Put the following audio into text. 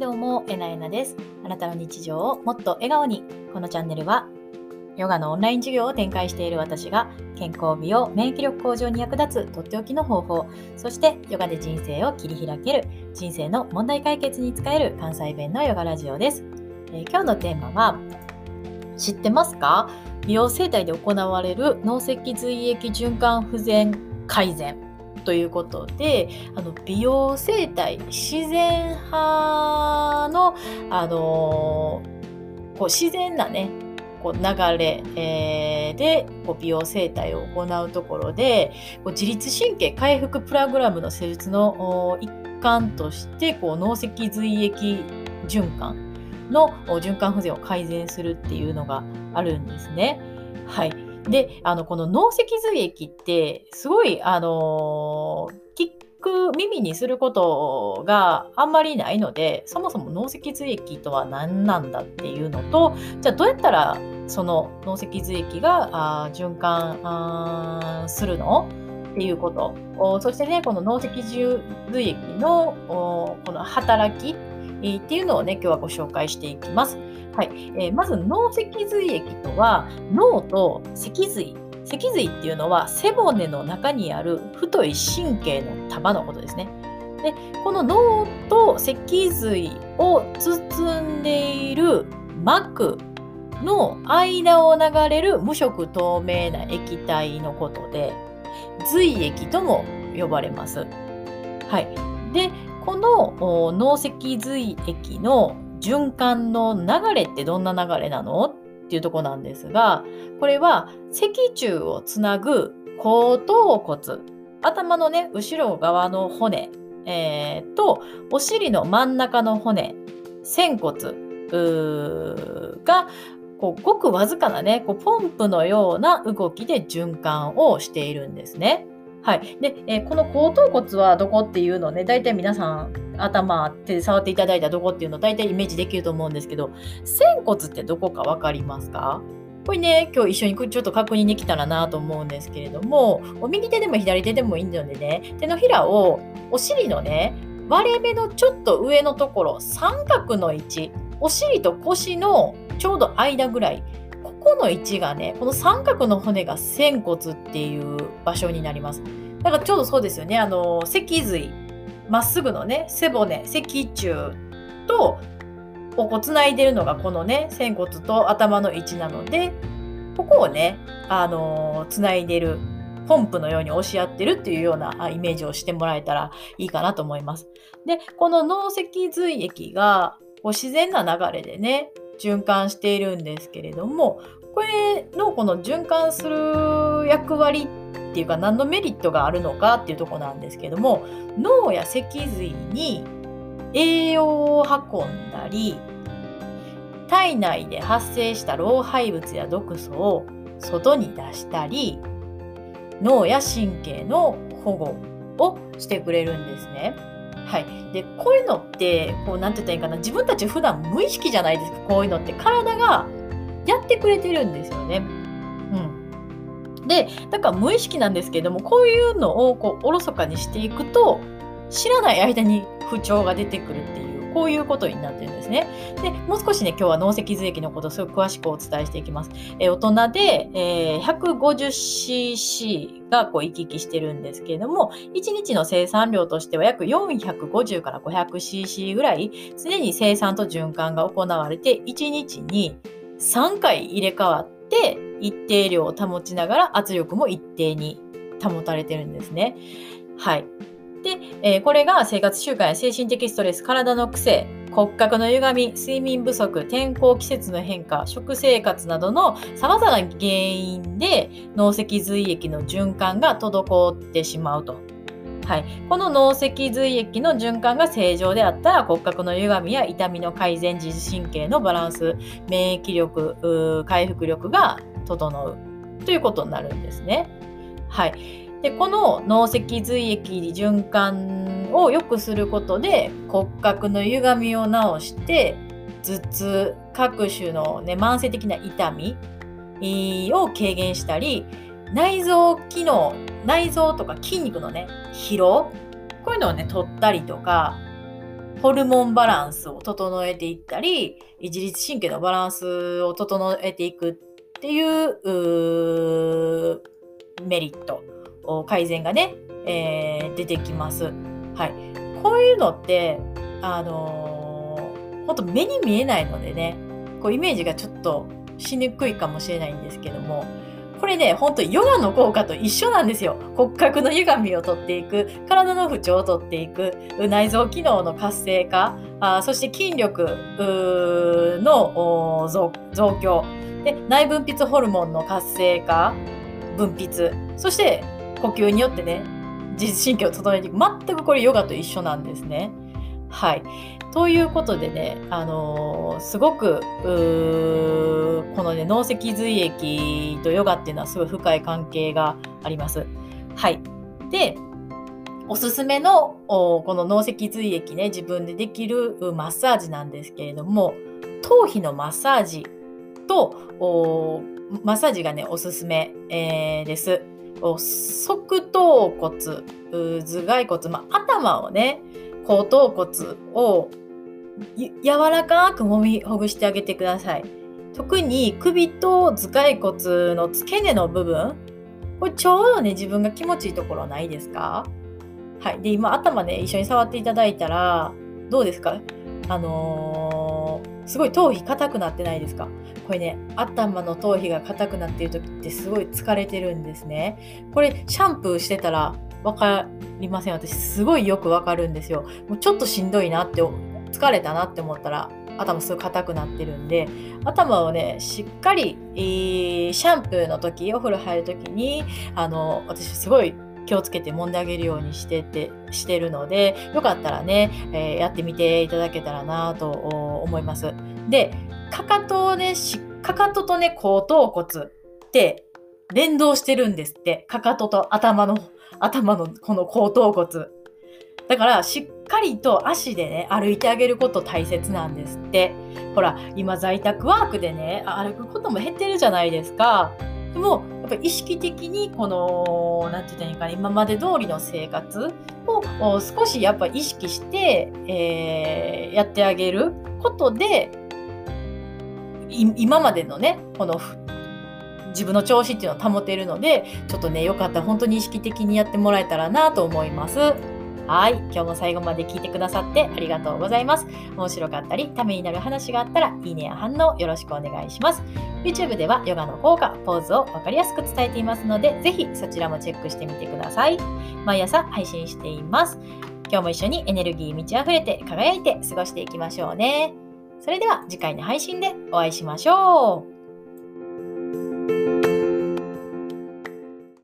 どうも、えなえなです。あなたの日常をもっと笑顔に。このチャンネルはヨガのオンライン授業を展開している私が健康美容、免疫力向上に役立つとっておきの方法、そしてヨガで人生を切り開ける、人生の問題解決に使える関西弁のヨガラジオです。今日のテーマは、知ってますか？美容整体で行われる脳脊髄液循環不全改善ということで、美容整体、自然派の、自然なね、流れ、で美容整体を行うところで、自律神経回復プログラムの施術の一環として、脳脊髄液循環の循環不全を改善するっていうのがあるんですね。はい。で、この脳脊髄液ってすごい耳にすることがあんまりないので、そもそも脳脊髄液とは何なんだっていうのと、じゃあどうやったらその脳脊髄液が循環するのっていうこと、そしてね、この脳脊髄液のこの働きっていうのをね、今日はご紹介していきます。はい。まず脳脊髄液とは、脳と脊髄っていうのは背骨の中にある太い神経の束のことですね。で、この脳と脊髄を包んでいる膜の間を流れる無色透明な液体のことで、髄液とも呼ばれます。はい。で、この脳脊髄液の循環の流れってどんな流れなのっていうところなんですが、これは脊柱をつなぐ後頭骨、頭のね、後ろ側の骨、とお尻の真ん中の骨、仙骨がごくわずかなね、ポンプのような動きで循環をしているんですね。はい。で、この後頭骨はどこっていうのをね、大体皆さん手で触っていただいたどこっていうのを大体イメージできると思うんですけど、仙骨ってどこかわかりますか？これね、今日一緒にちょっと確認できたらなと思うんですけれども、右手でも左手でもいいのでね、手のひらをお尻のね、割れ目のちょっと上のところ、三角の位置、お尻と腰のちょうど間ぐらい、ここの位置がね、この三角の骨が仙骨っていう場所になります。だからちょうどそうですよね。脊髄、まっすぐのね、背骨、脊柱とつないでるのがこのね、仙骨と頭の位置なので、ここをね、つないでる、ポンプのように押し合ってるっていうようなイメージをしてもらえたらいいかなと思います。で、この脳脊髄液が自然な流れでね、循環しているんですけれども、これのこの循環する役割っていうか、何のメリットがあるのかっていうところなんですけども、脳や脊髄に栄養を運んだり、体内で発生した老廃物や毒素を外に出したり、脳や神経の保護をしてくれるんですね。はい。で、こういうのって、なんて言ったらいいかな、自分たち普段無意識じゃないですか。こういうのって体がやってくれてるんですよね。で、だから無意識なんですけれども、こういうのをおろそかにしていくと、知らない間に不調が出てくるっていう、こういうことになってるんですね。で、もう少しね、今日は脳脊髄液のことをすごく詳しくお伝えしていきます。大人で、150cc が行き来してるんですけれども、1日の生産量としては約450から 500cc ぐらい、常に生産と循環が行われて、1日に3回入れ替わって、一定量を保ちながら圧力も一定に保たれてるんですね。はい。で、これが生活習慣や精神的ストレス、体の癖、骨格の歪み、睡眠不足、天候、季節の変化、食生活などの様々な原因で脳脊髄液の循環が滞ってしまうと。はい、この脳脊髄液の循環が正常であったら、骨格の歪みや痛みの改善、自律神経のバランス、免疫力、回復力が整うということになるんですね。はい。で、この脳脊髄液循環を良くすることで、骨格の歪みを直して、頭痛、各種の、ね、慢性的な痛みを軽減したり、内臓機能、内臓とか筋肉のね、疲労、こういうのをね、取ったりとか、 ホルモンバランスを整えていったり、自律神経のバランスを整えていくっていうメリット、改善がね、出てきます。はい。こういうのって、本当目に見えないのでね、こうイメージがちょっとしにくいかもしれないんですけども、これね、本当ヨガの効果と一緒なんですよ。骨格の歪みを取っていく、体の不調を取っていく、内臓機能の活性化、そして筋力の増強で、内分泌ホルモンの活性化、分泌、そして呼吸によってね、自律神経を整えていく。全くこれヨガと一緒なんですね。はい。ということでね、すごくこのね、脳脊髄液とヨガっていうのはすごい深い関係があります。はい。で、おすすめのこの脳脊髄液ね、自分でできるマッサージなんですけれども、頭皮のマッサージとマッサージがね、おすすめ、です。側頭骨、頭蓋骨、頭をね、後頭骨を柔らかく揉みほぐしてあげてください。特に首と頭蓋骨の付け根の部分、これちょうどね、自分が気持ちいいところないですか？はい。で、今頭ね、一緒に触っていただいたら、どうですか？すごい頭皮硬くなってないですか？これね、頭の頭皮が硬くなっている時ってすごい疲れてるんですね。これシャンプーしてたらわかりません？私すごいよくわかるんですよ。もうちょっとしんどいなって、疲れたなって思ったら頭すごい硬くなってるんで、頭をね、しっかり、シャンプーの時、お風呂入る時に、私すごい気をつけて揉んであげるようにしてるので、よかったらね、やってみていただけたらなと思います。で、かかととね、後頭骨って連動してるんですって。かかとと頭のこの後頭骨。だからしっかりと足でね、歩いてあげること大切なんですって。ほら、今在宅ワークでね、歩くことも減ってるじゃないですか。でも、やっぱり意識的にこの、なんて言ったらいいかな、今まで通りの生活を少しやっぱ意識して、やってあげることで、今までのね、この自分の調子っていうのを保てるので、ちょっとね、よかったら本当に意識的にやってもらえたらなと思います。はい。今日も最後まで聞いてくださってありがとうございます。面白かったり、ためになる話があったら、いいねや反応よろしくお願いします。YouTube ではヨガの効果、ポーズをわかりやすく伝えていますので、ぜひそちらもチェックしてみてください。毎朝配信しています。今日も一緒にエネルギー満ち溢れて輝いて過ごしていきましょうね。それでは次回の配信でお会いしましょう。